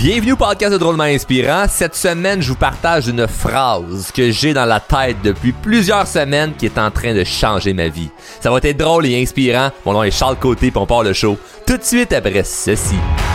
Bienvenue au podcast de Drôlement Inspirant. Cette semaine, je vous partage une phrase que j'ai dans la tête depuis plusieurs semaines qui est en train de changer ma vie. Ça va être drôle et inspirant. Mon nom est Charles Côté puis on part le show tout de suite après ceci.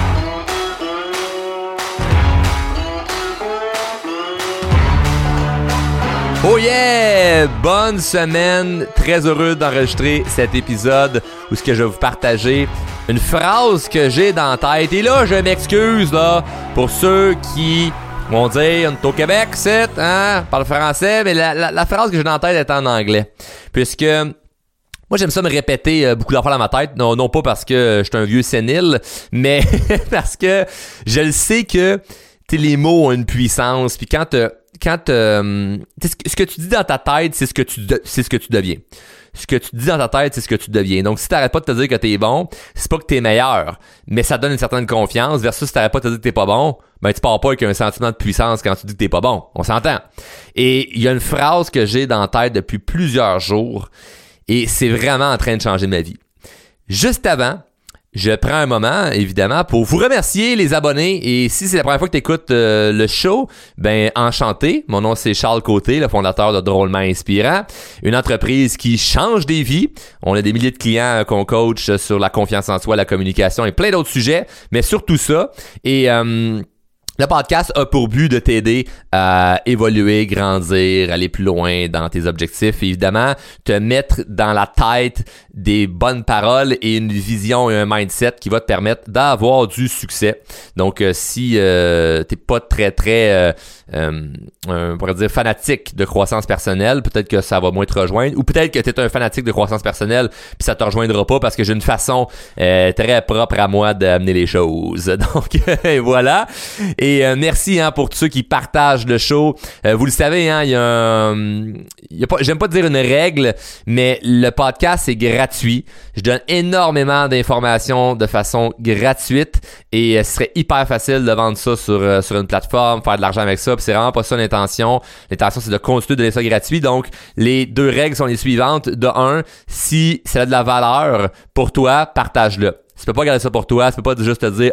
Oh yeah! Bonne semaine! Très heureux d'enregistrer cet épisode où ce que je vais vous partager une phrase que j'ai dans la tête. Et là, je m'excuse là pour ceux qui vont dire on est au Québec, c'est, parle français, mais la phrase que j'ai dans la tête est en anglais. Puisque moi, j'aime ça me répéter beaucoup d'affaires dans ma tête. Non pas parce que je suis un vieux sénile, mais parce que je le sais que les mots ont une puissance. Puis quand ce que tu dis dans ta tête, c'est ce que tu deviens. Ce que tu dis dans ta tête, c'est ce que tu deviens. Donc, si t'arrêtes pas de te dire que t'es bon, c'est pas que t'es meilleur, mais ça donne une certaine confiance versus si t'arrêtes pas de te dire que t'es pas bon, ben tu pars pas avec un sentiment de puissance quand tu dis que t'es pas bon. On s'entend. Et il y a une phrase que j'ai dans la tête depuis plusieurs jours et c'est vraiment en train de changer ma vie. Juste avant, je prends un moment, évidemment, pour vous remercier les abonnés. Et si c'est la première fois que tu écoutes le show, ben enchanté. Mon nom, c'est Charles Côté, le fondateur de Drôlement Inspirant, une entreprise qui change des vies. On a des milliers de clients qu'on coach sur la confiance en soi, la communication et plein d'autres sujets, mais surtout ça. Et le podcast a pour but de t'aider à évoluer, grandir, aller plus loin dans tes objectifs et évidemment te mettre dans la tête des bonnes paroles et une vision et un mindset qui va te permettre d'avoir du succès. Donc si t'es pas très on pourrait dire fanatique de croissance personnelle, peut-être que ça va moins te rejoindre ou peut-être que t'es un fanatique de croissance personnelle puis ça te rejoindra pas parce que j'ai une façon très propre à moi d'amener les choses. Donc voilà. Et merci pour tous ceux qui partagent le show. Vous le savez, il y a pas, j'aime pas dire une règle, mais le podcast est gratuit. Je donne énormément d'informations de façon gratuite et ce serait hyper facile de vendre ça sur une plateforme, faire de l'argent avec ça. Puis c'est vraiment pas ça l'intention. L'intention, c'est de continuer de donner ça gratuit. Donc, les deux règles sont les suivantes. De un, si ça a de la valeur pour toi, partage-le. Tu peux pas garder ça pour toi. Tu peux pas juste te dire,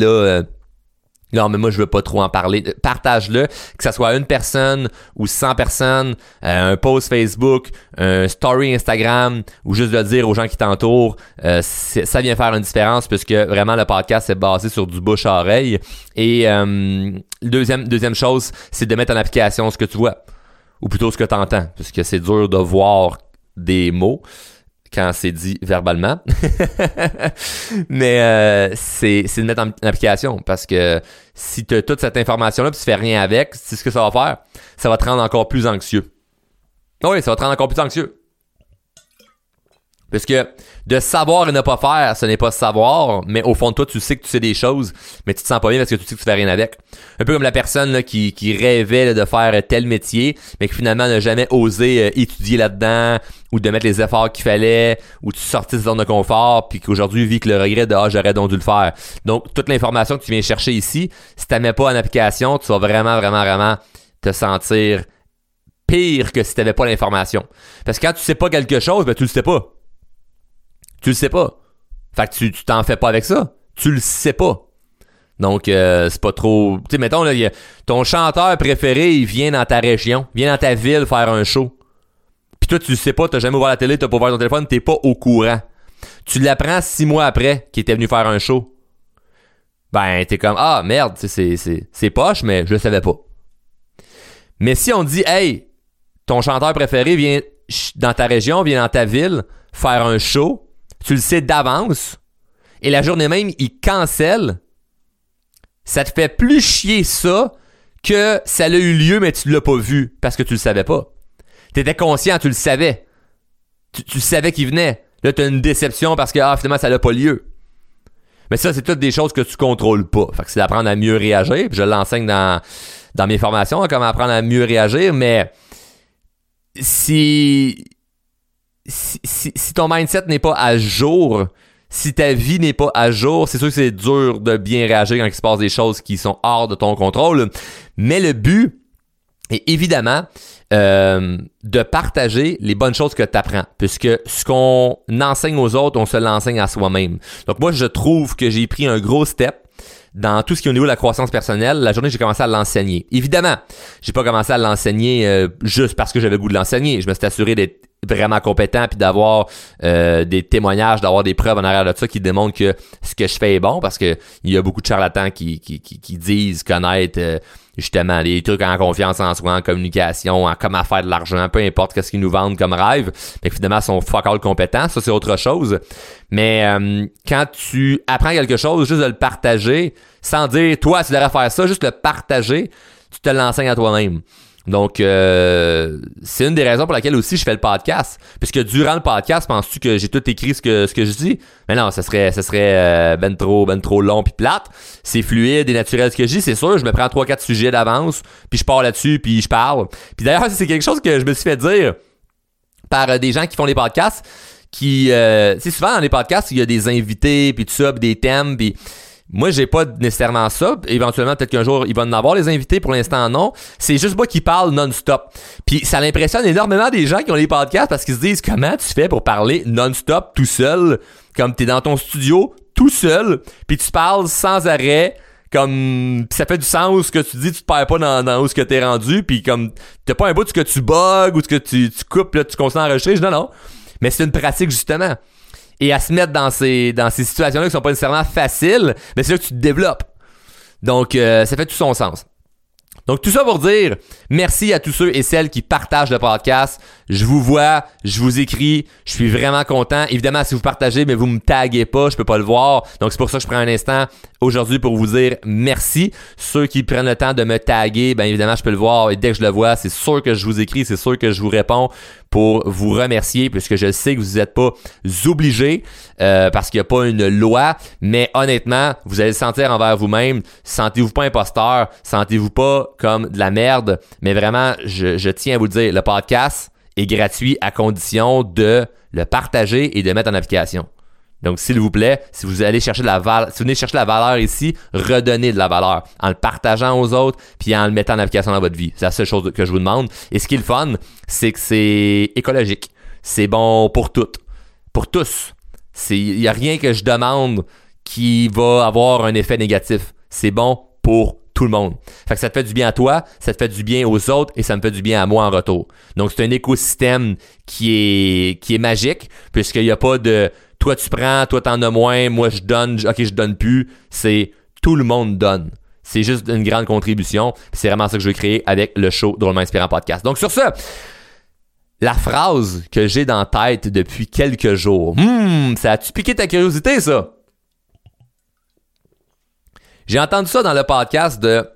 non, mais moi, je veux pas trop en parler. Partage-le, que ça soit une personne ou 100 personnes, un post Facebook, un story Instagram ou juste de le dire aux gens qui t'entourent. Ça vient faire une différence puisque vraiment le podcast est basé sur du bouche à oreille. Et deuxième chose, c'est de mettre en application ce que tu vois ou plutôt ce que tu entends puisque c'est dur de voir des mots quand c'est dit verbalement. Mais c'est de mettre en application parce que si tu as toute cette information-là et tu fais rien avec, c'est ce que ça va faire. Ça va te rendre encore plus anxieux. Oui, ça va te rendre encore plus anxieux. Parce que de savoir et ne pas faire, ce n'est pas savoir, mais au fond de toi, tu sais que tu sais des choses, mais tu te sens pas bien parce que tu sais que tu fais rien avec. Un peu comme la personne là, qui rêvait là, de faire tel métier, mais qui finalement n'a jamais osé étudier là-dedans, ou de mettre les efforts qu'il fallait, ou tu sortis de sa zone de confort, puis qu'aujourd'hui vit que le regret de « j'aurais donc dû le faire ». Donc, toute l'information que tu viens chercher ici, si tu la mets pas en application, tu vas vraiment te sentir pire que si tu n'avais pas l'information. Parce que quand tu sais pas quelque chose, ben tu le sais pas. Tu le sais pas. Fait que tu t'en fais pas avec ça. Tu le sais pas. Donc, c'est pas trop... Tu sais, mettons, là, ton chanteur préféré, il vient dans ta région, vient dans ta ville faire un show. Puis toi, tu le sais pas, t'as jamais ouvert la télé, t'as pas ouvert ton téléphone, t'es pas au courant. Tu l'apprends 6 mois après qu'il était venu faire un show. Ben, t'es comme, merde, c'est poche, mais je le savais pas. Mais si on dit, hey, ton chanteur préféré vient dans ta région, vient dans ta ville faire un show, tu le sais d'avance, et la journée même, il cancelle, ça te fait plus chier ça que ça a eu lieu, mais tu l'as pas vu, parce que tu le savais pas. T'étais conscient, tu le savais. Tu savais qu'il venait. Là, t'as une déception parce que, finalement, ça n'a pas lieu. Mais ça, c'est toutes des choses que tu contrôles pas. Fait que c'est d'apprendre à mieux réagir, puis je l'enseigne dans mes formations, comment apprendre à mieux réagir, mais si ton mindset n'est pas à jour, si ta vie n'est pas à jour, c'est sûr que c'est dur de bien réagir quand il se passe des choses qui sont hors de ton contrôle. Mais le but est évidemment de partager les bonnes choses que tu apprends. Puisque ce qu'on enseigne aux autres, on se l'enseigne à soi-même. Donc moi, je trouve que j'ai pris un gros step dans tout ce qui est au niveau de la croissance personnelle, la journée que j'ai commencé à l'enseigner. Évidemment, j'ai pas commencé à l'enseigner juste parce que j'avais le goût de l'enseigner. Je me suis assuré d'être vraiment compétent puis d'avoir des témoignages, d'avoir des preuves en arrière de ça qui démontrent que ce que je fais est bon, parce que il y a beaucoup de charlatans qui disent connaître justement les trucs en confiance en soi, en communication, en comment faire de l'argent, peu importe qu'est-ce qu'ils nous vendent comme rêve, mais finalement ils sont fuck all compétents, ça c'est autre chose. Mais quand tu apprends quelque chose, juste de le partager, sans dire toi tu devrais faire ça, juste le partager, tu te l'enseignes à toi-même. Donc, c'est une des raisons pour laquelle aussi je fais le podcast. Puisque durant le podcast, penses-tu que j'ai tout écrit ce que je dis? Mais non, ça serait ben trop long puis plate. C'est fluide et naturel ce que je dis, c'est sûr. Je me prends 3-4 sujets d'avance, puis je pars là-dessus, puis je parle. Puis d'ailleurs, c'est quelque chose que je me suis fait dire par des gens qui font les podcasts, qui, c'est souvent dans les podcasts, il y a des invités, puis tout ça, puis des thèmes, puis... Moi, j'ai pas nécessairement ça. Éventuellement, peut-être qu'un jour, il va en avoir les invités. Pour l'instant, non. C'est juste moi qui parle non-stop. Puis ça l'impressionne énormément des gens qui ont les podcasts parce qu'ils se disent comment tu fais pour parler non-stop tout seul, comme t'es dans ton studio tout seul, puis tu parles sans arrêt. Comme pis ça fait du sens ce que tu dis, tu te perds pas dans où ce que t'es rendu, puis comme t'as pas un bout de ce que tu bugs ou ce que tu coupes, là, tu continues à enregistrer. Non. Mais c'est une pratique justement. Et à se mettre dans ces situations-là qui sont pas nécessairement faciles, mais c'est là que tu te développes. Donc, ça fait tout son sens. Donc, tout ça pour dire merci à tous ceux et celles qui partagent le podcast. Je vous vois, je vous écris, je suis vraiment content. Évidemment, si vous partagez, mais vous me taguez pas, je peux pas le voir. Donc, c'est pour ça que je prends un instant aujourd'hui pour vous dire merci. Ceux qui prennent le temps de me taguer, bien évidemment, je peux le voir. Et dès que je le vois, c'est sûr que je vous écris, c'est sûr que je vous réponds pour vous remercier, puisque je sais que vous n'êtes pas obligés parce qu'il n'y a pas une loi. Mais honnêtement, vous allez le sentir envers vous-même. Sentez-vous pas imposteur, sentez-vous pas comme de la merde. Mais vraiment, je tiens à vous le dire, le podcast est gratuit à condition de le partager et de mettre en application. Donc, s'il vous plaît, si vous allez chercher de la valeur, si vous venez chercher de la valeur ici, redonnez de la valeur en le partageant aux autres puis en le mettant en application dans votre vie. C'est la seule chose que je vous demande. Et ce qui est le fun, c'est que c'est écologique. C'est bon pour toutes. Pour tous. Il n'y a rien que je demande qui va avoir un effet négatif. C'est bon pour tout le monde. Fait que ça te fait du bien à toi, ça te fait du bien aux autres et ça me fait du bien à moi en retour. Donc, c'est un écosystème qui est magique puisqu'il n'y a pas de toi tu prends, toi t'en as moins, moi je donne, ok je donne plus. C'est tout le monde donne. C'est juste une grande contribution. C'est vraiment ça que je veux créer avec le show Drôlement Inspirant Podcast. Donc sur ce, la phrase que j'ai dans la tête depuis quelques jours. Ça a-tu piqué ta curiosité ça? J'ai entendu ça dans le podcast de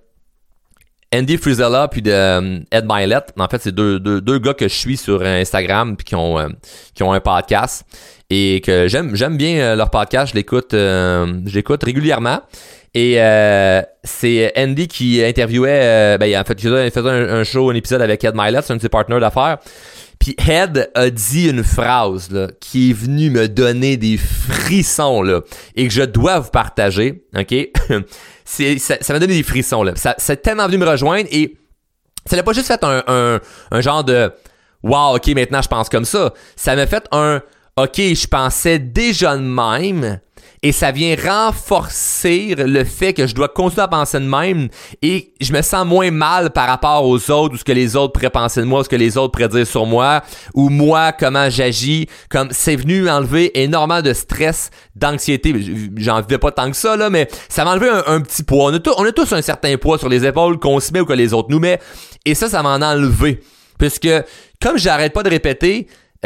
Andy Frisella puis de Ed Mylett. En fait, c'est deux gars que je suis sur Instagram puis qui ont un podcast et que j'aime bien leur podcast. Je l'écoute régulièrement. Et c'est Andy qui interviewait, en fait, il faisait un show, un épisode avec Ed Mylett, c'est un de ses partenaires d'affaires. Puis Ed a dit une phrase là, qui est venue me donner des frissons là, et que je dois vous partager, ok? Ça m'a donné des frissons là. Ça a tellement venu me rejoindre et ça n'a pas juste fait un genre de wow, ok, maintenant je pense comme ça. Ça m'a fait un ok, je pensais déjà de même. Et ça vient renforcer le fait que je dois continuer à penser de même et je me sens moins mal par rapport aux autres ou ce que les autres pourraient penser de moi, ou ce que les autres pourraient dire sur moi ou moi, comment j'agis. Comme c'est venu enlever énormément de stress, d'anxiété. J'en vivais pas tant que ça, là, mais ça m'a enlevé un petit poids. On a tous un certain poids sur les épaules qu'on se met ou que les autres nous mettent. Et ça m'en a enlevé. Puisque, comme j'arrête pas de répéter,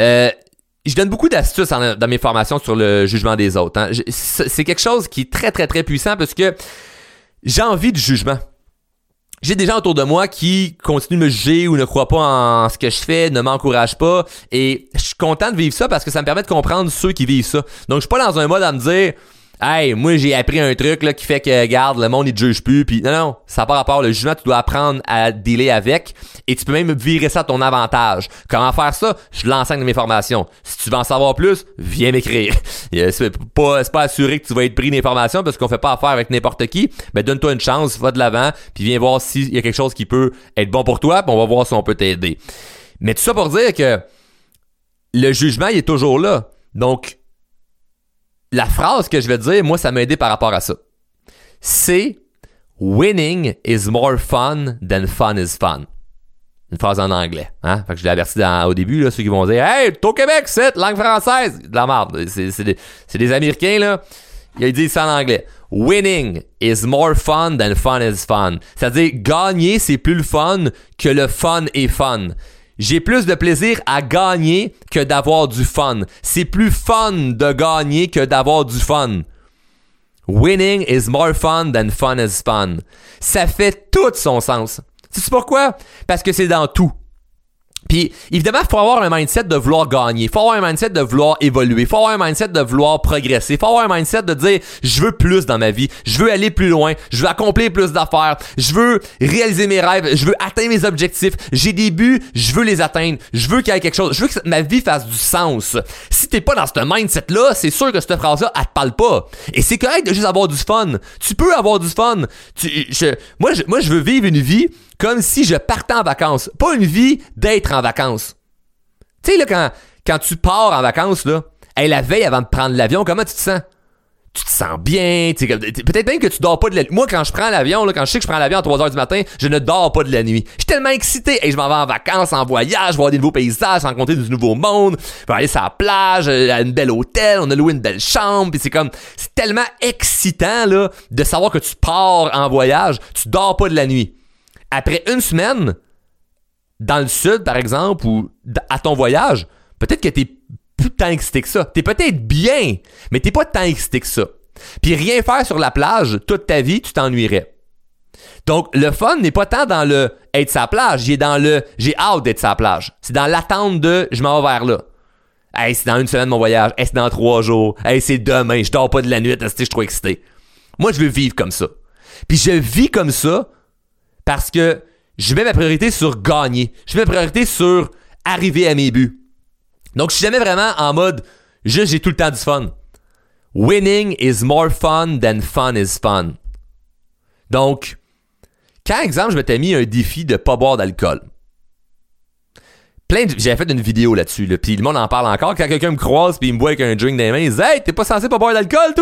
je donne beaucoup d'astuces dans mes formations sur le jugement des autres. Hein. C'est quelque chose qui est très, très, très puissant parce que j'ai envie de jugement. J'ai des gens autour de moi qui continuent de me juger ou ne croient pas en ce que je fais, ne m'encouragent pas. Et je suis content de vivre ça parce que ça me permet de comprendre ceux qui vivent ça. Donc, je suis pas dans un mode à me dire « Hey, moi, j'ai appris un truc là qui fait que, regarde, le monde, il te juge plus. » Puis non, ça n'a pas rapport. Le jugement, tu dois apprendre à dealer avec. Et tu peux même virer ça à ton avantage. Comment faire ça? Je l'enseigne dans mes formations. Si tu veux en savoir plus, viens m'écrire. C'est pas assuré que tu vas être pris dans les formations parce qu'on fait pas affaire avec n'importe qui. Mais donne-toi une chance, va de l'avant, puis viens voir s'il y a quelque chose qui peut être bon pour toi, puis on va voir si on peut t'aider. Mais tout ça pour dire que le jugement, il est toujours là. Donc, la phrase que je vais te dire, moi, ça m'a aidé par rapport à ça. c'est winning is more fun than fun is fun. Une phrase en anglais. Hein? Fait que je l'ai averti au début, là, ceux qui vont dire Hey, t'es au Québec, c'est langue française. De la merde. C'est des Américains, là. Ils disent ça en anglais. Winning is more fun than fun is fun. C'est-à-dire, gagner, c'est plus le fun que le fun est fun. J'ai plus de plaisir à gagner que d'avoir du fun. C'est plus fun de gagner que d'avoir du fun. Winning is more fun than fun is fun. Ça fait tout son sens. C'est pourquoi? Parce que c'est dans tout. Puis, évidemment, il faut avoir un mindset de vouloir gagner. Il faut avoir un mindset de vouloir évoluer. Il faut avoir un mindset de vouloir progresser. Il faut avoir un mindset de dire, je veux plus dans ma vie. Je veux aller plus loin. Je veux accomplir plus d'affaires. Je veux réaliser mes rêves. Je veux atteindre mes objectifs. J'ai des buts. Je veux les atteindre. Je veux qu'il y ait quelque chose. Je veux que ma vie fasse du sens. Si t'es pas dans ce mindset-là, c'est sûr que cette phrase-là, elle te parle pas. Et c'est correct de juste avoir du fun. Tu peux avoir du fun. Moi, je veux vivre une vie comme si je partais en vacances. Pas une vie d'être en vacances. Tu sais, là, quand tu pars en vacances, là, la veille avant de prendre l'avion, comment tu te sens? Tu te sens bien, peut-être même que tu dors pas de la nuit. Moi, quand je prends l'avion, là, quand je sais que je prends l'avion à 3h du matin, je ne dors pas de la nuit. Je suis tellement excité. Je m'en vais en vacances, en voyage, voir des nouveaux paysages, rencontrer du nouveau monde, je vais aller sur la plage, à une belle hôtel, on a loué une belle chambre, puis c'est tellement excitant, là, de savoir que tu pars en voyage, tu dors pas de la nuit. Après une semaine, dans le sud, par exemple, ou à ton voyage, peut-être que t'es plus tant excité que ça. T'es peut-être bien, mais t'es pas tant excité que ça. Puis rien faire sur la plage toute ta vie, tu t'ennuierais. Donc, le fun n'est pas tant dans le être sur la plage, il est dans le j'ai hâte d'être sur la plage. C'est dans l'attente de je m'en vais vers là. Hey, c'est dans une semaine mon voyage. Hey, c'est dans 3 jours. Hey, c'est demain. Je dors pas de la nuit. Je suis trop excité. Moi, je veux vivre comme ça. Puis je vis comme ça parce que je mets ma priorité sur gagner. Je mets ma priorité sur arriver à mes buts. Donc, je suis jamais vraiment en mode juste j'ai tout le temps du fun. Winning is more fun than fun is fun. Donc, quand, exemple, je m'étais mis un défi de pas boire d'alcool. J'avais fait une vidéo là-dessus, là, puis le monde en parle encore. Quand quelqu'un me croise puis il me voit avec un drink dans les mains, il dit « Hey, t'es pas censé pas boire d'alcool, toi? »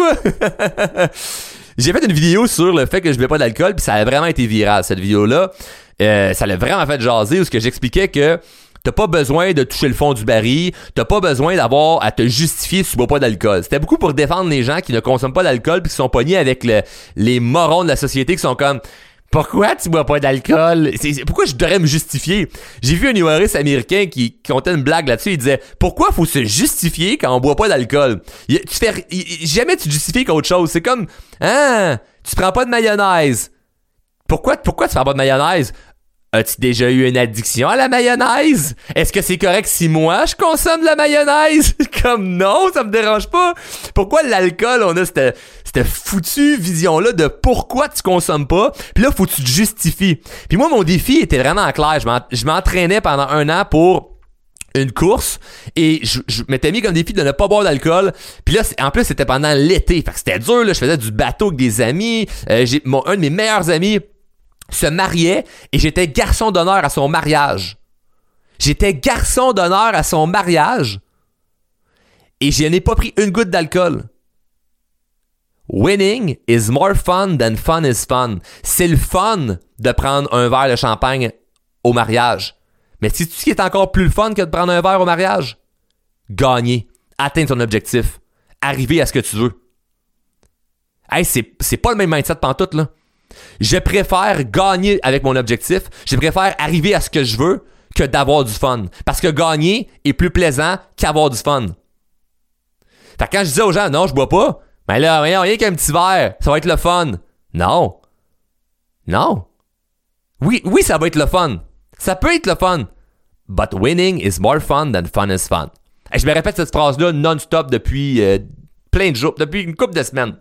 J'ai fait une vidéo sur le fait que je buvais pas d'alcool, puis ça a vraiment été viral, cette vidéo-là. Ça l'a vraiment fait jaser, où j'expliquais que t'as pas besoin de toucher le fond du baril, t'as pas besoin d'avoir à te justifier si tu bois pas d'alcool. C'était beaucoup pour défendre les gens qui ne consomment pas d'alcool puis qui sont pognés avec les morons de la société qui sont comme « Pourquoi tu bois pas d'alcool? Pourquoi je devrais me justifier? » J'ai vu un humoriste américain qui comptait une blague là-dessus, il disait « Pourquoi faut se justifier quand on boit pas d'alcool? » Jamais tu justifies qu'autre chose. C'est comme « Ah, tu prends pas de mayonnaise. Pourquoi tu prends pas de mayonnaise? » As-tu déjà eu une addiction à la mayonnaise? Est-ce que c'est correct si moi je consomme de la mayonnaise? Comme non, ça me dérange pas. Pourquoi l'alcool, on a cette foutue vision-là de pourquoi tu consommes pas? Puis là, faut que tu te justifies. Puis moi, mon défi était vraiment clair. Je m'entraînais pendant 1 an pour une course et je m'étais mis comme défi de ne pas boire d'alcool. Puis là, en plus, c'était pendant l'été. Fait que c'était dur, là. Je faisais du bateau avec des amis. Un de mes meilleurs amis se mariait et j'étais garçon d'honneur à son mariage. J'étais garçon d'honneur à son mariage et je n'ai pas pris une goutte d'alcool. Winning is more fun than fun is fun. C'est le fun de prendre un verre de champagne au mariage. Mais sais-tu ce qui est encore plus le fun que de prendre un verre au mariage? Gagner, atteindre ton objectif, arriver à ce que tu veux. Hey, c'est pas le même mindset pantoute, là. Je préfère gagner avec mon objectif. Je préfère arriver à ce que je veux que d'avoir du fun. Parce que gagner est plus plaisant qu'avoir du fun. Fait que quand je disais aux gens, non, je bois pas, ben là, rien qu'un petit verre, ça va être le fun. Non. Non. Oui, ça va être le fun. Ça peut être le fun. But winning is more fun than fun is fun. Et je me répète cette phrase-là non-stop depuis plein de jours, depuis une couple de semaines.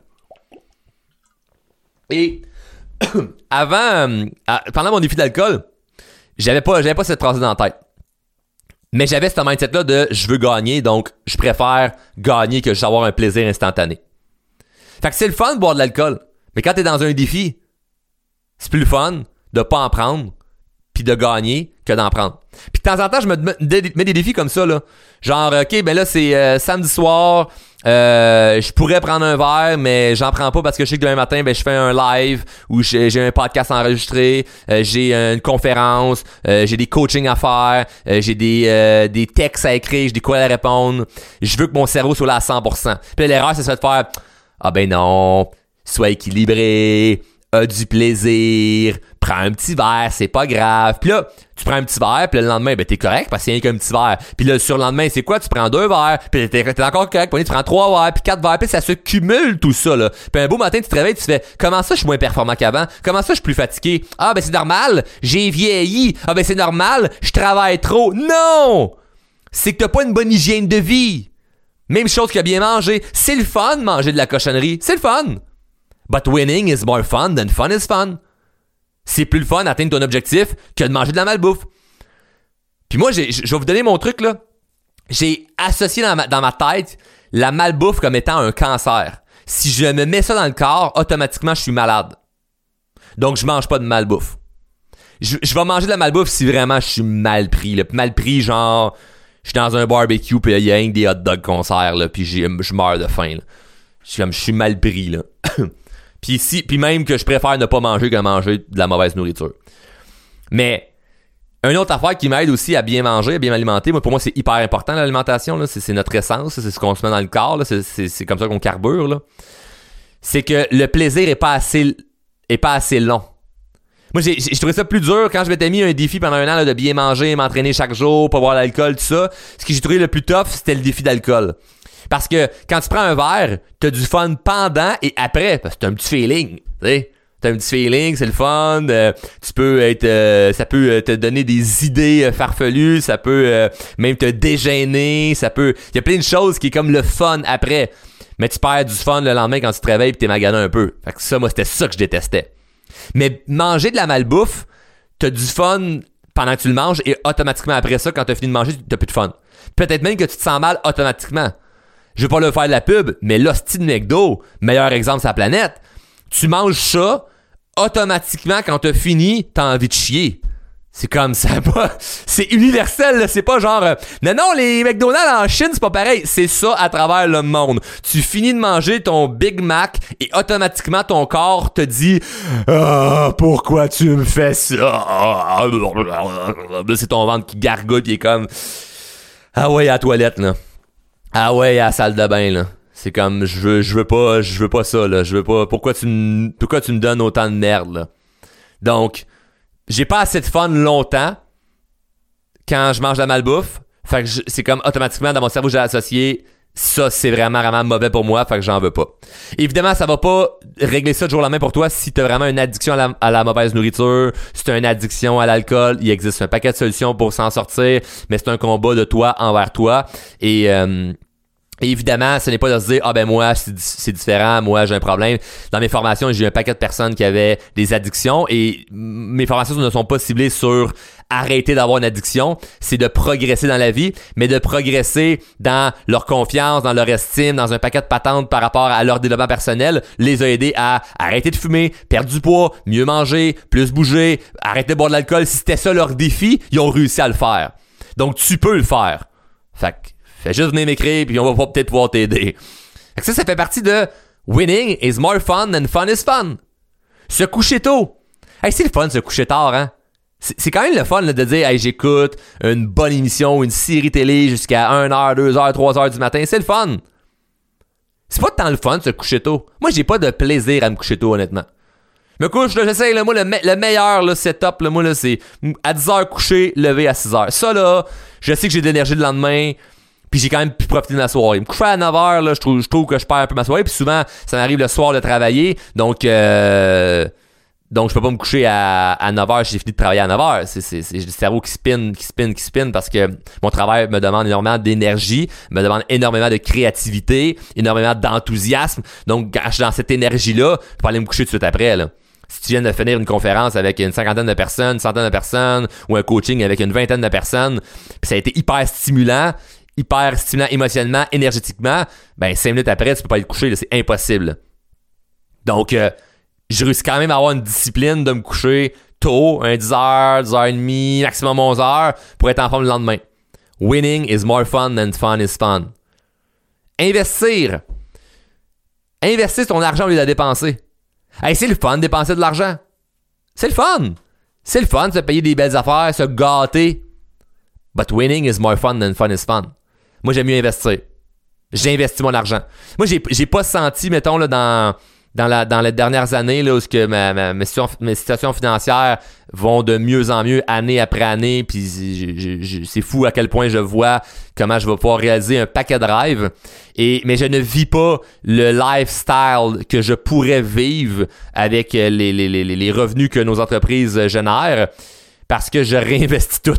Et pendant mon défi d'alcool, j'avais pas cette phrase dans la tête. Mais j'avais ce mindset-là de je veux gagner, donc je préfère gagner que juste avoir un plaisir instantané. Fait que c'est le fun de boire de l'alcool. Mais quand t'es dans un défi, c'est plus le fun de pas en prendre puis de gagner que d'en prendre. Puis de temps en temps, je me mets des défis comme ça, là. Genre, OK, ben là, c'est samedi soir, Je pourrais prendre un verre, mais j'en prends pas parce que je sais que demain matin, je fais un live ou j'ai un podcast enregistré, j'ai une conférence, j'ai des coachings à faire, j'ai des textes à écrire, j'ai des courriels à répondre. Je veux que mon cerveau soit là à 100%. Puis l'erreur, c'est ça de faire « Ah ben non, sois équilibré, a du plaisir, prends un petit verre, c'est pas grave. » Puis là, tu prends un petit verre, puis le lendemain, t'es correct parce qu'il y a qu'un petit verre. Puis là, le surlendemain, c'est quoi? Tu prends 2 verres, puis t'es encore correct. Puis tu prends 3 verres, puis 4 verres, puis ça se cumule tout ça, là. Puis un beau matin, tu te réveilles, tu fais « Comment ça, je suis moins performant qu'avant? Comment ça, je suis plus fatigué? Ah, ben c'est normal, j'ai vieilli. Ah, ben c'est normal, je travaille trop. » Non! C'est que t'as pas une bonne hygiène de vie. Même chose que bien manger. C'est le fun de manger de la cochonnerie. C'est le fun. But winning is more fun than fun is fun. C'est plus le fun d'atteindre ton objectif que de manger de la malbouffe. Puis moi, je vais vous donner mon truc, là. J'ai associé dans ma tête la malbouffe comme étant un cancer. Si je me mets ça dans le corps, automatiquement, je suis malade. Donc, je mange pas de malbouffe. Je vais manger de la malbouffe si vraiment je suis mal pris, là. Mal pris, genre, je suis dans un barbecue, puis il y a rien que des hot dogs concerts, là, puis je meurs de faim, là. Je suis mal pris, là. Puis même que je préfère ne pas manger que manger de la mauvaise nourriture. Mais une autre affaire qui m'aide aussi à bien manger, à bien m'alimenter, pour moi c'est hyper important l'alimentation, là. C'est notre essence, c'est ce qu'on se met dans le corps, là. C'est comme ça qu'on carbure, là. C'est que le plaisir est pas assez long. Moi j'ai trouvé ça plus dur quand je m'étais mis un défi pendant un an là, de bien manger, m'entraîner chaque jour, pas boire d'alcool, tout ça. Ce que j'ai trouvé le plus tough, c'était le défi d'alcool. Parce que quand tu prends un verre, t'as du fun pendant et après, parce que t'as un petit feeling, tu sais. T'as un petit feeling, c'est le fun. Tu peux être, ça peut te donner des idées farfelues, ça peut même te dégêner, il y a plein de choses qui est comme le fun après. Mais tu perds du fun le lendemain quand tu te réveilles et t'es magané un peu. Fait que ça, moi, c'était ça que je détestais. Mais manger de la malbouffe, t'as du fun pendant que tu le manges et automatiquement après ça, quand t'as fini de manger, t'as plus de fun. Peut-être même que tu te sens mal automatiquement. Je veux pas leur faire de la pub, mais l'hostie de McDo, meilleur exemple sur la planète, tu manges ça, automatiquement, quand t'as fini, t'as envie de chier. C'est comme ça, c'est universel, là. C'est pas genre non, les McDonald's en Chine, c'est pas pareil. C'est ça à travers le monde. Tu finis de manger ton Big Mac et automatiquement ton corps te dit pourquoi tu me fais ça? C'est ton ventre qui gargouille et est comme ah ouais, à la toilette, là. Ah ouais, à la salle de bain, là. C'est comme je veux pas ça, là. Je veux pas. Pourquoi tu me donnes autant de merde, là? Donc, j'ai pas assez de fun longtemps quand je mange de la malbouffe. Fait que c'est comme automatiquement dans mon cerveau j'ai associé ça, c'est vraiment mauvais pour moi, fait que j'en veux pas. Évidemment, ça va pas régler ça du jour au lendemain pour toi si t'as vraiment une addiction à la mauvaise nourriture, si t'as une addiction à l'alcool. Il existe un paquet de solutions pour s'en sortir, mais c'est un combat de toi envers toi. Et évidemment, ce n'est pas de se dire « Ah ben moi, c'est différent, moi j'ai un problème ». Dans mes formations, j'ai eu un paquet de personnes qui avaient des addictions et mes formations ne sont pas ciblées sur arrêter d'avoir une addiction, c'est de progresser dans la vie, mais de progresser dans leur confiance, dans leur estime, dans un paquet de patentes par rapport à leur développement personnel, les a aidés à arrêter de fumer, perdre du poids, mieux manger, plus bouger, arrêter de boire de l'alcool. Si c'était ça leur défi, ils ont réussi à le faire. Donc tu peux le faire. Fait que fais juste venir m'écrire puis on va peut-être pouvoir t'aider. Fait que ça fait partie de winning is more fun than fun is fun. Se coucher tôt. Hey, c'est le fun de se coucher tard, hein? C'est quand même le fun là, de dire hey, j'écoute une bonne émission, une série télé jusqu'à 1h, 2h, 3h du matin. C'est le fun. C'est pas tant le fun de se coucher tôt. Moi, j'ai pas de plaisir à me coucher tôt, honnêtement. Me couche, là, j'essaie, là, moi, le meilleur là, setup, là, moi, là, c'est à 10h coucher, lever à 6h. Ça, là, je sais que j'ai de l'énergie le lendemain. Puis j'ai quand même pu profiter de ma soirée. Me coucher à 9h, là, je trouve que je perds un peu ma soirée. Puis souvent, ça m'arrive le soir de travailler. Donc je peux pas me coucher à 9h si j'ai fini de travailler à 9h. C'est le cerveau qui spin parce que mon travail me demande énormément d'énergie, me demande énormément de créativité, énormément d'enthousiasme. Donc, quand je suis dans cette énergie-là, je peux aller me coucher tout de suite après, là. Si tu viens de finir une conférence avec une cinquantaine de personnes, une centaine de personnes, ou un coaching avec une vingtaine de personnes, puis ça a été hyper stimulant émotionnellement, énergétiquement, ben 5 minutes après, tu peux pas aller te coucher, là, c'est impossible. Donc, je réussis quand même à avoir une discipline de me coucher tôt, 10h, 10h30, maximum 11h, pour être en forme le lendemain. Winning is more fun than fun is fun. investir. Investir ton argent au lieu de le dépenser. Hey, c'est le fun de dépenser de l'argent. C'est le fun. C'est le fun de se payer des belles affaires, se gâter. But winning is more fun than fun is fun. Moi, j'aime mieux investir. J'ai investi mon argent. Moi, j'ai pas senti, mettons, là, dans les dernières années, là, où mes situations financières vont de mieux en mieux, année après année, puis c'est fou à quel point je vois comment je vais pouvoir réaliser un paquet de rêves. Mais je ne vis pas le lifestyle que je pourrais vivre avec les revenus que nos entreprises génèrent, parce que je réinvestis tout.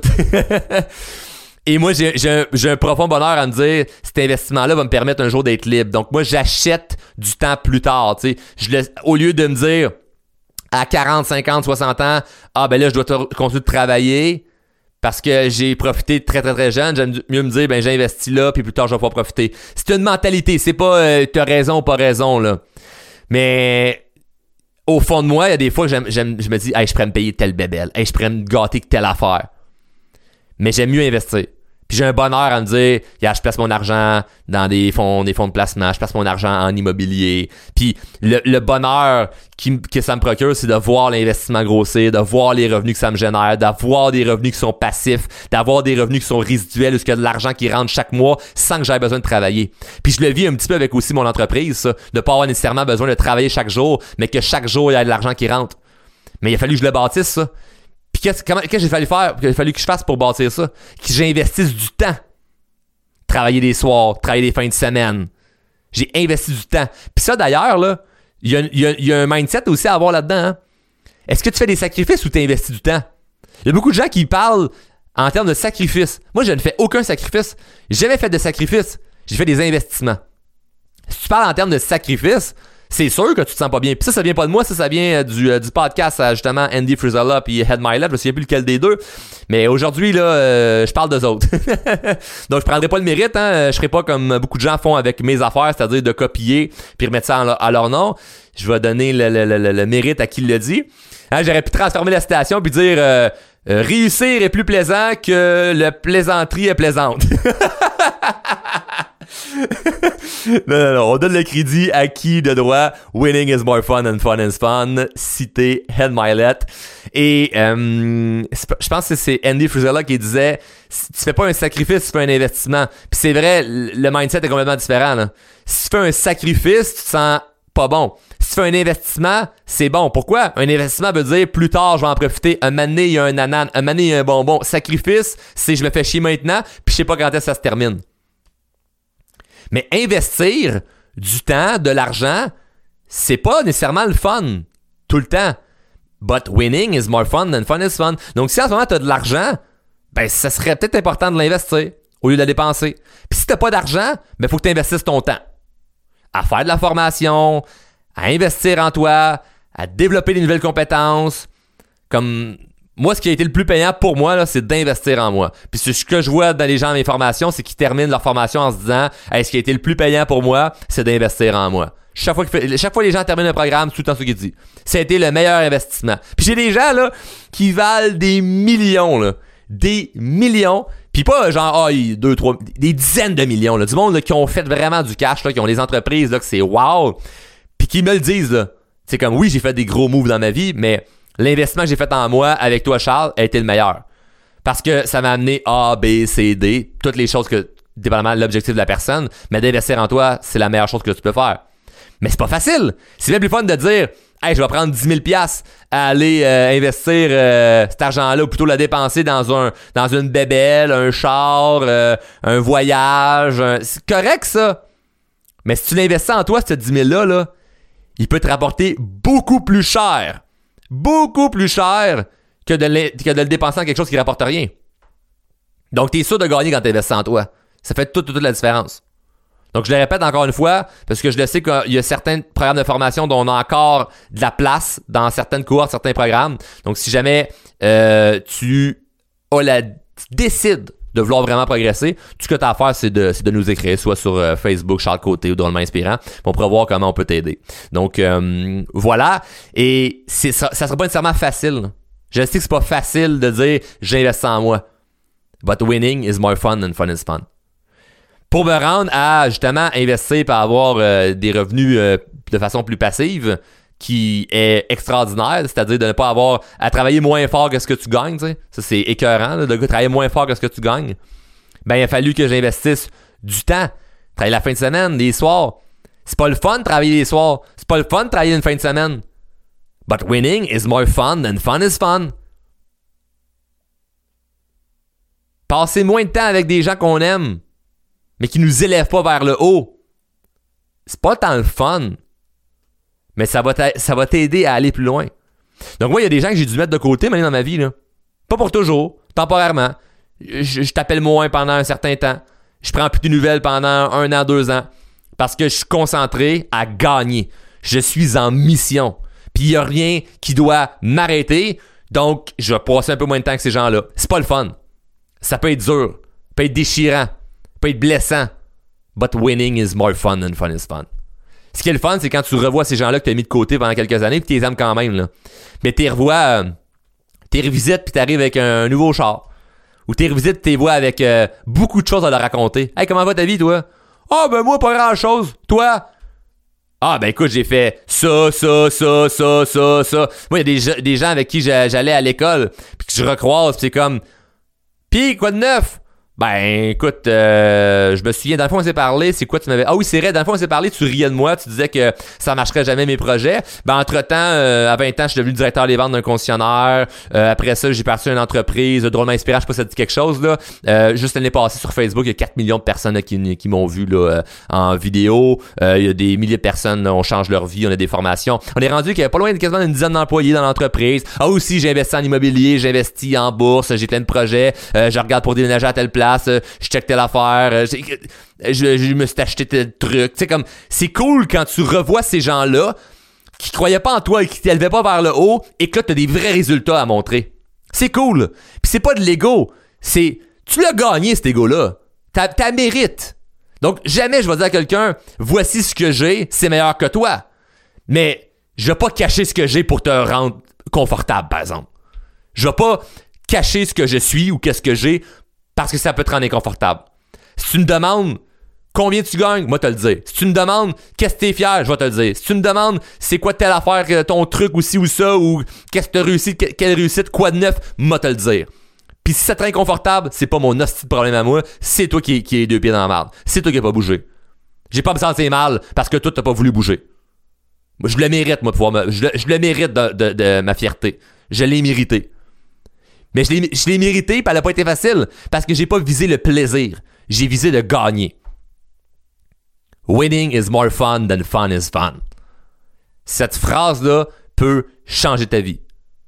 Et moi, j'ai un profond bonheur à me dire, cet investissement-là va me permettre un jour d'être libre. Donc moi, j'achète du temps plus tard. Tu sais, au lieu de me dire à 40, 50, 60 ans, ah ben là, je dois continuer de travailler parce que j'ai profité très, très, très jeune. J'aime mieux me dire, ben j'ai investi là, puis plus tard, je vais pouvoir profiter. C'est une mentalité. C'est pas t'as raison ou pas raison, là. Mais au fond de moi, il y a des fois, je me dis, hey, je pourrais me payer telle bébelle. Hey, je pourrais me gâter que telle affaire. Mais j'aime mieux investir. Puis j'ai un bonheur à me dire, je place mon argent dans des fonds de placement, je place mon argent en immobilier. Puis le bonheur que ça me procure, c'est de voir l'investissement grossir, de voir les revenus que ça me génère, d'avoir des revenus qui sont passifs, d'avoir des revenus qui sont résiduels, où il y a de l'argent qui rentre chaque mois sans que j'aie besoin de travailler. Puis je le vis un petit peu avec aussi mon entreprise, ça, de pas avoir nécessairement besoin de travailler chaque jour, mais que chaque jour, il y a de l'argent qui rentre. Mais il a fallu que je le bâtisse, ça. Puis qu'est-ce que j'ai fallu faire? Qu'il a fallu que je fasse pour bâtir ça? Que j'investisse du temps. Travailler des soirs, travailler des fins de semaine. J'ai investi du temps. Puis ça, d'ailleurs, là, il y a un mindset aussi à avoir là-dedans. Hein? Est-ce que tu fais des sacrifices ou tu investis du temps? Il y a beaucoup de gens qui parlent en termes de sacrifices. Moi, je ne fais aucun sacrifice. J'ai jamais fait de sacrifice. J'ai fait des investissements. Si tu parles en termes de sacrifices, c'est sûr que tu te sens pas bien. Puis ça vient pas de moi, ça vient du podcast justement Andy Frisella puis Head My Life. Je me souviens plus lequel des deux. Mais aujourd'hui, là, je parle d'eux autres. Donc je prendrai pas le mérite, hein. Je serai pas comme beaucoup de gens font avec mes affaires, c'est-à-dire de copier puis remettre ça à leur nom. Je vais donner le mérite à qui le dit. Hein, j'aurais pu transformer la citation puis dire réussir est plus plaisant que la plaisanterie est plaisante. Non, on donne le crédit à qui de droit. Winning is more fun and fun is fun. Cité Head Milet. Et je pense que c'est Andy Frisella qui disait, si tu fais pas un sacrifice, tu fais un investissement. Puis c'est vrai, le mindset est complètement différent, là. Si tu fais un sacrifice, tu te sens pas bon. Si tu fais un investissement, c'est bon. Pourquoi? Un investissement veut dire plus tard, je vais en profiter. Un moment donné, il y a un ananas. Un moment donné, il y a un bonbon. Sacrifice, c'est je me fais chier maintenant, puis je sais pas quand est-ce que ça se termine. Mais investir du temps, de l'argent, c'est pas nécessairement le fun tout le temps. But winning is more fun than fun is fun. Donc si en ce moment tu as de l'argent, ben ça serait peut-être important de l'investir au lieu de le dépenser. Puis si tu n'as pas d'argent, ben faut que tu investisses ton temps à faire de la formation, à investir en toi, à développer des nouvelles compétences. Comme moi, ce qui a été le plus payant pour moi, là, c'est d'investir en moi. Puis ce que je vois dans les gens à mes formations, c'est qu'ils terminent leur formation en se disant hey, ce qui a été le plus payant pour moi, c'est d'investir en moi. Chaque fois les gens terminent un programme, c'est tout le temps ce qu'ils disent. Ça a été le meilleur investissement. Puis j'ai des gens là qui valent des millions, là. Des millions. Puis pas genre, des dizaines de millions, là. Du monde là, qui ont fait vraiment du cash, là, qui ont des entreprises, là, que c'est wow. Puis qui me le disent, là. C'est comme, oui, j'ai fait des gros moves dans ma vie, mais l'investissement que j'ai fait en moi avec toi, Charles, a été le meilleur. Parce que ça m'a amené A, B, C, D, toutes les choses que, dépendamment de l'objectif de la personne, mais d'investir en toi, c'est la meilleure chose que tu peux faire. Mais c'est pas facile. C'est bien plus fun de dire, hey, je vais prendre 10 000 $ à aller investir cet argent-là, ou plutôt le dépenser dans une bébelle, un char, un voyage. C'est correct, ça. Mais si tu l'investis en toi, ce 10 000 $-là, là, il peut te rapporter beaucoup plus cher. Beaucoup plus cher que de le dépenser en quelque chose qui ne rapporte rien. Donc, tu es sûr de gagner quand tu investis en toi. Ça fait toute la différence. Donc, je le répète encore une fois, parce que je le sais qu'il y a certains programmes de formation dont on a encore de la place dans certaines cohortes, certains programmes. Donc, si jamais tu décides de vouloir vraiment progresser, tout ce que tu as à faire, c'est de nous écrire, soit sur Facebook, Charles Côté ou Drôlement Inspirant. On pourra voir comment on peut t'aider. Donc, voilà. Et ça sera pas nécessairement facile. Je sais que c'est pas facile de dire « j'investis en moi ». But winning is more fun than fun is fun. pour me rendre à, justement, investir pour avoir des revenus de façon plus passive, qui est extraordinaire, c'est-à-dire de ne pas avoir à travailler moins fort que ce que tu gagnes, tu sais. Ça, c'est écœurant, là, de travailler moins fort que ce que tu gagnes. Ben, il a fallu que j'investisse du temps. Travailler la fin de semaine, les soirs. C'est pas le fun de travailler les soirs. C'est pas le fun de travailler une fin de semaine. But winning is more fun than fun is fun. Passer moins de temps avec des gens qu'on aime, mais qui nous élèvent pas vers le haut. C'est pas tant le fun. Mais ça va t'aider à aller plus loin. Donc moi, il y a des gens que j'ai dû mettre de côté maintenant dans ma vie, là. Pas pour toujours, temporairement. Je t'appelle moins pendant un certain temps. Je prends plus de nouvelles pendant 1 an, 2 ans. Parce que je suis concentré à gagner. Je suis en mission. Puis il n'y a rien qui doit m'arrêter. Donc, je vais passer un peu moins de temps que ces gens-là. C'est pas le fun. Ça peut être dur. Ça peut être déchirant. Ça peut être blessant. But winning is more fun than fun is fun. Ce qui est le fun, c'est quand tu revois ces gens-là que tu as mis de côté pendant quelques années, puis tu les aimes quand même, là. Mais tu les revois, tu les revisites, puis tu arrives avec un nouveau char. Ou tu les revisites, tu les vois avec beaucoup de choses à leur raconter. Hey, comment va ta vie, toi? Ah, ben moi, pas grand-chose. Toi? Ah, ben écoute, j'ai fait ça. Moi, il y a des gens avec qui j'allais à l'école, puis que je recroise, puis c'est comme... Pis, quoi de neuf? Ben, écoute, je me souviens, dans le fond, on s'est parlé, c'est quoi tu m'avais... Ah oui, c'est vrai, dans le fond, on s'est parlé, tu riais de moi, tu disais que ça marcherait jamais mes projets. Ben, entre-temps, à 20 ans, je suis devenu directeur des ventes d'un concessionnaire. Après ça, j'ai parti à une entreprise drôlement inspirante, je sais pas si ça te dit quelque chose, là. Juste l'année passée, sur Facebook, il y a 4 millions de personnes là, qui m'ont vu là en vidéo. Il y a des milliers de personnes, là, on change leur vie, on a des formations. On est rendu qu'il y a pas loin de quasiment une dizaine d'employés dans l'entreprise. Ah aussi, j'ai investi en immobilier, j'ai investi en bourse, j'ai plein de projets. Je regarde pour déménager à telle place. Je check telle affaire, je me suis acheté tel truc. Tu sais, comme, c'est cool quand tu revois ces gens-là qui croyaient pas en toi et qui t'élevaient pas vers le haut et que là, t'as des vrais résultats à montrer. C'est cool. Puis c'est pas de l'ego. C'est, tu l'as gagné, cet ego-là. T'as mérite. Donc, jamais je vais dire à quelqu'un, voici ce que j'ai, c'est meilleur que toi. Mais, je vais pas cacher ce que j'ai pour te rendre confortable, par exemple. Je vais pas cacher ce que je suis ou qu'est-ce que j'ai parce que ça peut te rendre inconfortable. Si tu me demandes combien tu gagnes, moi te le dire. Si tu me demandes qu'est-ce que t'es fier, je vais te le dire. Si tu me demandes c'est quoi telle affaire, ton truc aussi ou ça, ou qu'est-ce que t'as réussi, quelle réussite, quoi de neuf, moi te le dire. Puis si ça te rend inconfortable, c'est pas mon hostie de problème à moi, c'est toi qui est les 2 pieds dans la marde. C'est toi qui a pas bougé. J'ai pas me sentir mal parce que toi t'as pas voulu bouger. Moi je le mérite, moi, je le mérite de ma fierté. Je l'ai mérité. Mais je l'ai mérité, puis elle a pas été facile, parce que j'ai pas visé le plaisir. J'ai visé de gagner. Winning is more fun than fun is fun. Cette phrase-là peut changer ta vie.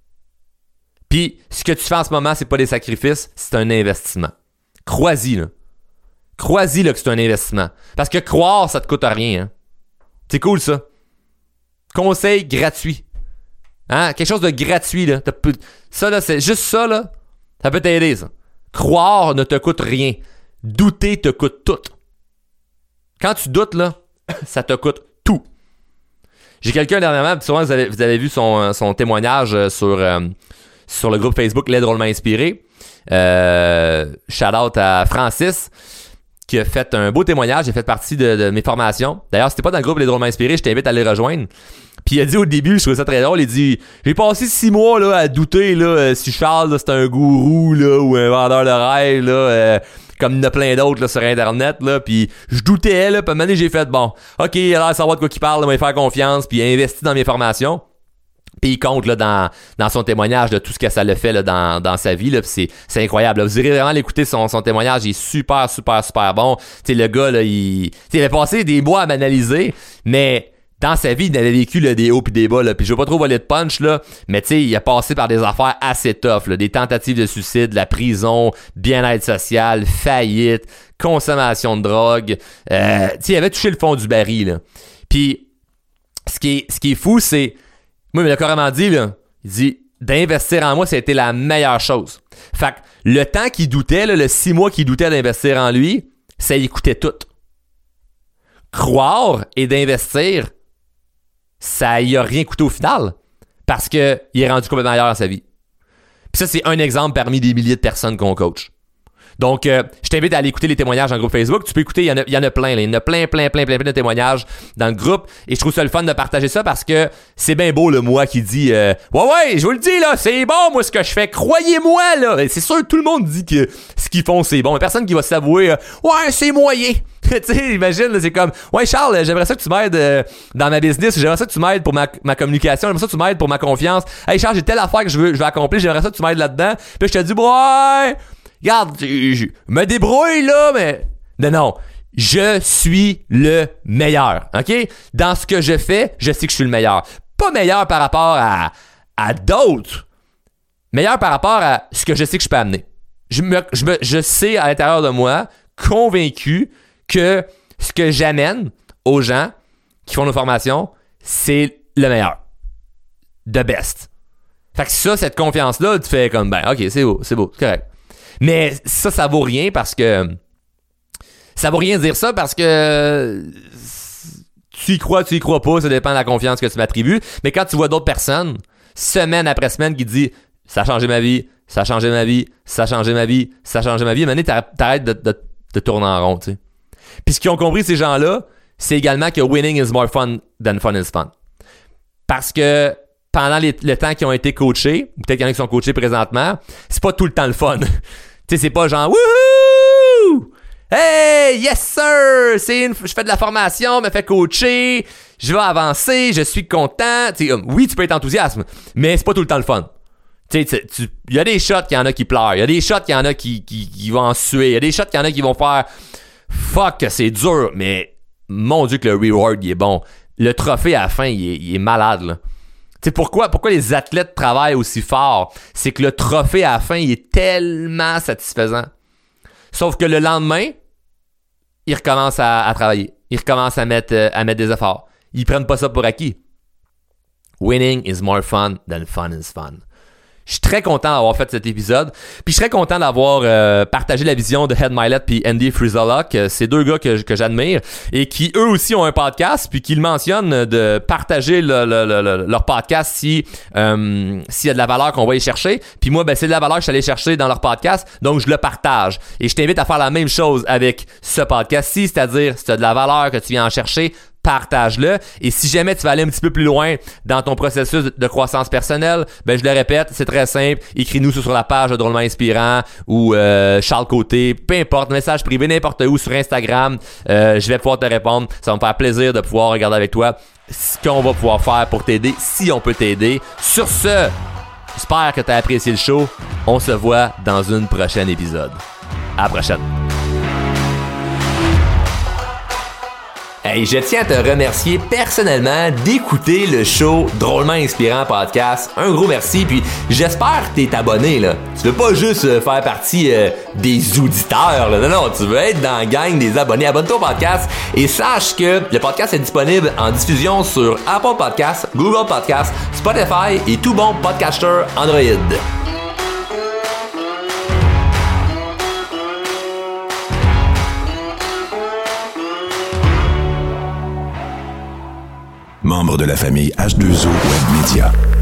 Puis, ce que tu fais en ce moment, c'est pas des sacrifices, c'est un investissement. Crois-y, là. Crois-y, là, que c'est un investissement. Parce que croire, ça te coûte rien, hein. C'est cool, ça. Conseil gratuit. Hein? Quelque chose de gratuit, là. Ça, là, c'est juste ça, là. Ça peut t'aider, ça. Croire ne te coûte rien. Douter te coûte tout. Quand tu doutes, là, ça te coûte tout. J'ai quelqu'un dernièrement, souvent vous avez vu son témoignage sur le groupe Facebook Les Drôlement Inspirés. Shout out à Francis, qui a fait un beau témoignage. J'ai fait partie de mes formations. D'ailleurs, si t'es pas dans le groupe Les Drôlement Inspirés, je t'invite à les rejoindre. Puis il a dit au début, je trouvais ça très drôle, il dit « J'ai passé 6 mois là, à douter là, si Charles là, c'est un gourou là, ou un vendeur de rêve, là, comme il y en a plein d'autres là, sur Internet. Là, puis je doutais, là, puis à un moment donné, j'ai fait « Bon, ok, il a l'air de savoir de quoi il parle, il va me faire confiance, puis il a investi dans mes formations. » Puis il compte là, dans son témoignage de tout ce que ça le fait là, dans sa vie. Là, c'est incroyable. Là. Vous irez vraiment l'écouter, son témoignage. Il est super, super, super bon. T'sais, le gars, là, il avait passé des mois à m'analyser, mais dans sa vie, il avait vécu là, des hauts puis des bas. Là. Puis je veux pas trop voler de punch, là, mais il a passé par des affaires assez tough. Là, des tentatives de suicide, la prison, bien-être social, faillite, consommation de drogue. Il avait touché le fond du baril. Là. Puis ce qui est fou, c'est... Moi, il m'a carrément dit, là, il dit, d'investir en moi, ça a été la meilleure chose. Fait que le temps qu'il doutait, là, le 6 mois qu'il doutait d'investir en lui, ça y coûtait tout. Croire et d'investir, ça y a rien coûté au final, parce que il est rendu complètement ailleurs dans sa vie. Puis ça, c'est un exemple parmi des milliers de personnes qu'on coach. Donc, je t'invite à aller écouter les témoignages dans le groupe Facebook. Tu peux écouter, il y en a plein. Là. Il y en a plein de témoignages dans le groupe. Et je trouve ça le fun de partager ça parce que c'est bien beau le moi qui dit ouais, je vous le dis, là, c'est bon, moi, ce que je fais. Croyez-moi, là. Et c'est sûr que tout le monde dit que ce qu'ils font, c'est bon. Il y a personne qui va s'avouer ouais, c'est moyen. Tu sais, imagine, là, c'est comme ouais, Charles, j'aimerais ça que tu m'aides dans ma business. J'aimerais ça que tu m'aides pour ma communication. J'aimerais ça que tu m'aides pour ma confiance. Hey, Charles, j'ai telle affaire que je veux accomplir. J'aimerais ça que tu m'aides là-dedans. Puis je te dis, ouais, regarde, je me débrouille, là, mais... Non, je suis le meilleur, OK? Dans ce que je fais, je sais que je suis le meilleur. Pas meilleur par rapport à d'autres. Meilleur par rapport à ce que je sais que je peux amener. Je sais à l'intérieur de moi, convaincu que ce que j'amène aux gens qui font nos formations, c'est le meilleur. The best. Fait que ça, cette confiance-là, tu fais comme, ben, OK, c'est beau, c'est correct. Mais ça vaut rien parce que... Ça vaut rien dire ça parce que... Tu y crois pas, ça dépend de la confiance que tu m'attribues. Mais quand tu vois d'autres personnes, semaine après semaine, qui disent « Ça a changé ma vie, ça a changé ma vie, ça a changé ma vie, ça a changé ma vie », à un moment donné, t'arrêtes de tourner en rond, tu sais. Puis ce qu'ils ont compris, ces gens-là, c'est également que winning is more fun than fun is fun. Parce que pendant le temps qu'ils ont été coachés, ou peut-être qu'il y en a qui sont coachés présentement, c'est pas tout le temps le fun. Tu sais, c'est pas genre wouhou! Hey, yes sir! Je fais de la formation, me fais coacher, je vais avancer, je suis content. Tu sais, oui, tu peux être enthousiaste, mais c'est pas tout le temps le fun. Tu sais, il y a des shots qu'il y en a qui pleurent, il y a des shots qu'il y en a qui vont en suer, il y a des shots qu'il y en a qui vont faire fuck, c'est dur, mais mon Dieu que le reward il est bon. Le trophée à la fin, il est malade, là. Tu sais, pourquoi les athlètes travaillent aussi fort? C'est que le trophée à la fin, il est tellement satisfaisant. Sauf que le lendemain, ils recommencent à travailler. Ils recommencent à mettre des efforts. Ils prennent pas ça pour acquis. Winning is more fun than fun is fun. Je suis très content d'avoir fait cet épisode. Puis je serais content d'avoir partagé la vision de Ed Mylett puis Andy Frisella, c'est deux gars que j'admire et qui eux aussi ont un podcast puis qui le mentionnent de partager leur podcast s'il y a de la valeur qu'on va y chercher. Puis moi, ben c'est de la valeur que je suis allé chercher dans leur podcast, donc je le partage. Et je t'invite à faire la même chose avec ce podcast-ci, c'est-à-dire si tu as de la valeur que tu viens en chercher, partage-le. Et si jamais tu vas aller un petit peu plus loin dans ton processus de croissance personnelle, ben je le répète, c'est très simple. Écris-nous sur la page de Drôlement Inspirant ou Charles Côté, peu importe, message privé, n'importe où sur Instagram. Je vais pouvoir te répondre. Ça va me faire plaisir de pouvoir regarder avec toi ce qu'on va pouvoir faire pour t'aider, si on peut t'aider. Sur ce, j'espère que tu as apprécié le show. On se voit dans un prochain épisode. À la prochaine. Hey, je tiens à te remercier personnellement d'écouter le show Drôlement Inspirant Podcast. Un gros merci, puis j'espère que t'es abonné, là. Tu veux pas juste faire partie des auditeurs, là. Non, tu veux être dans la gang des abonnés. Abonne-toi au podcast et sache que le podcast est disponible en diffusion sur Apple Podcasts, Google Podcasts, Spotify et tout bon podcaster Android. Membre de la famille H2O Web Media.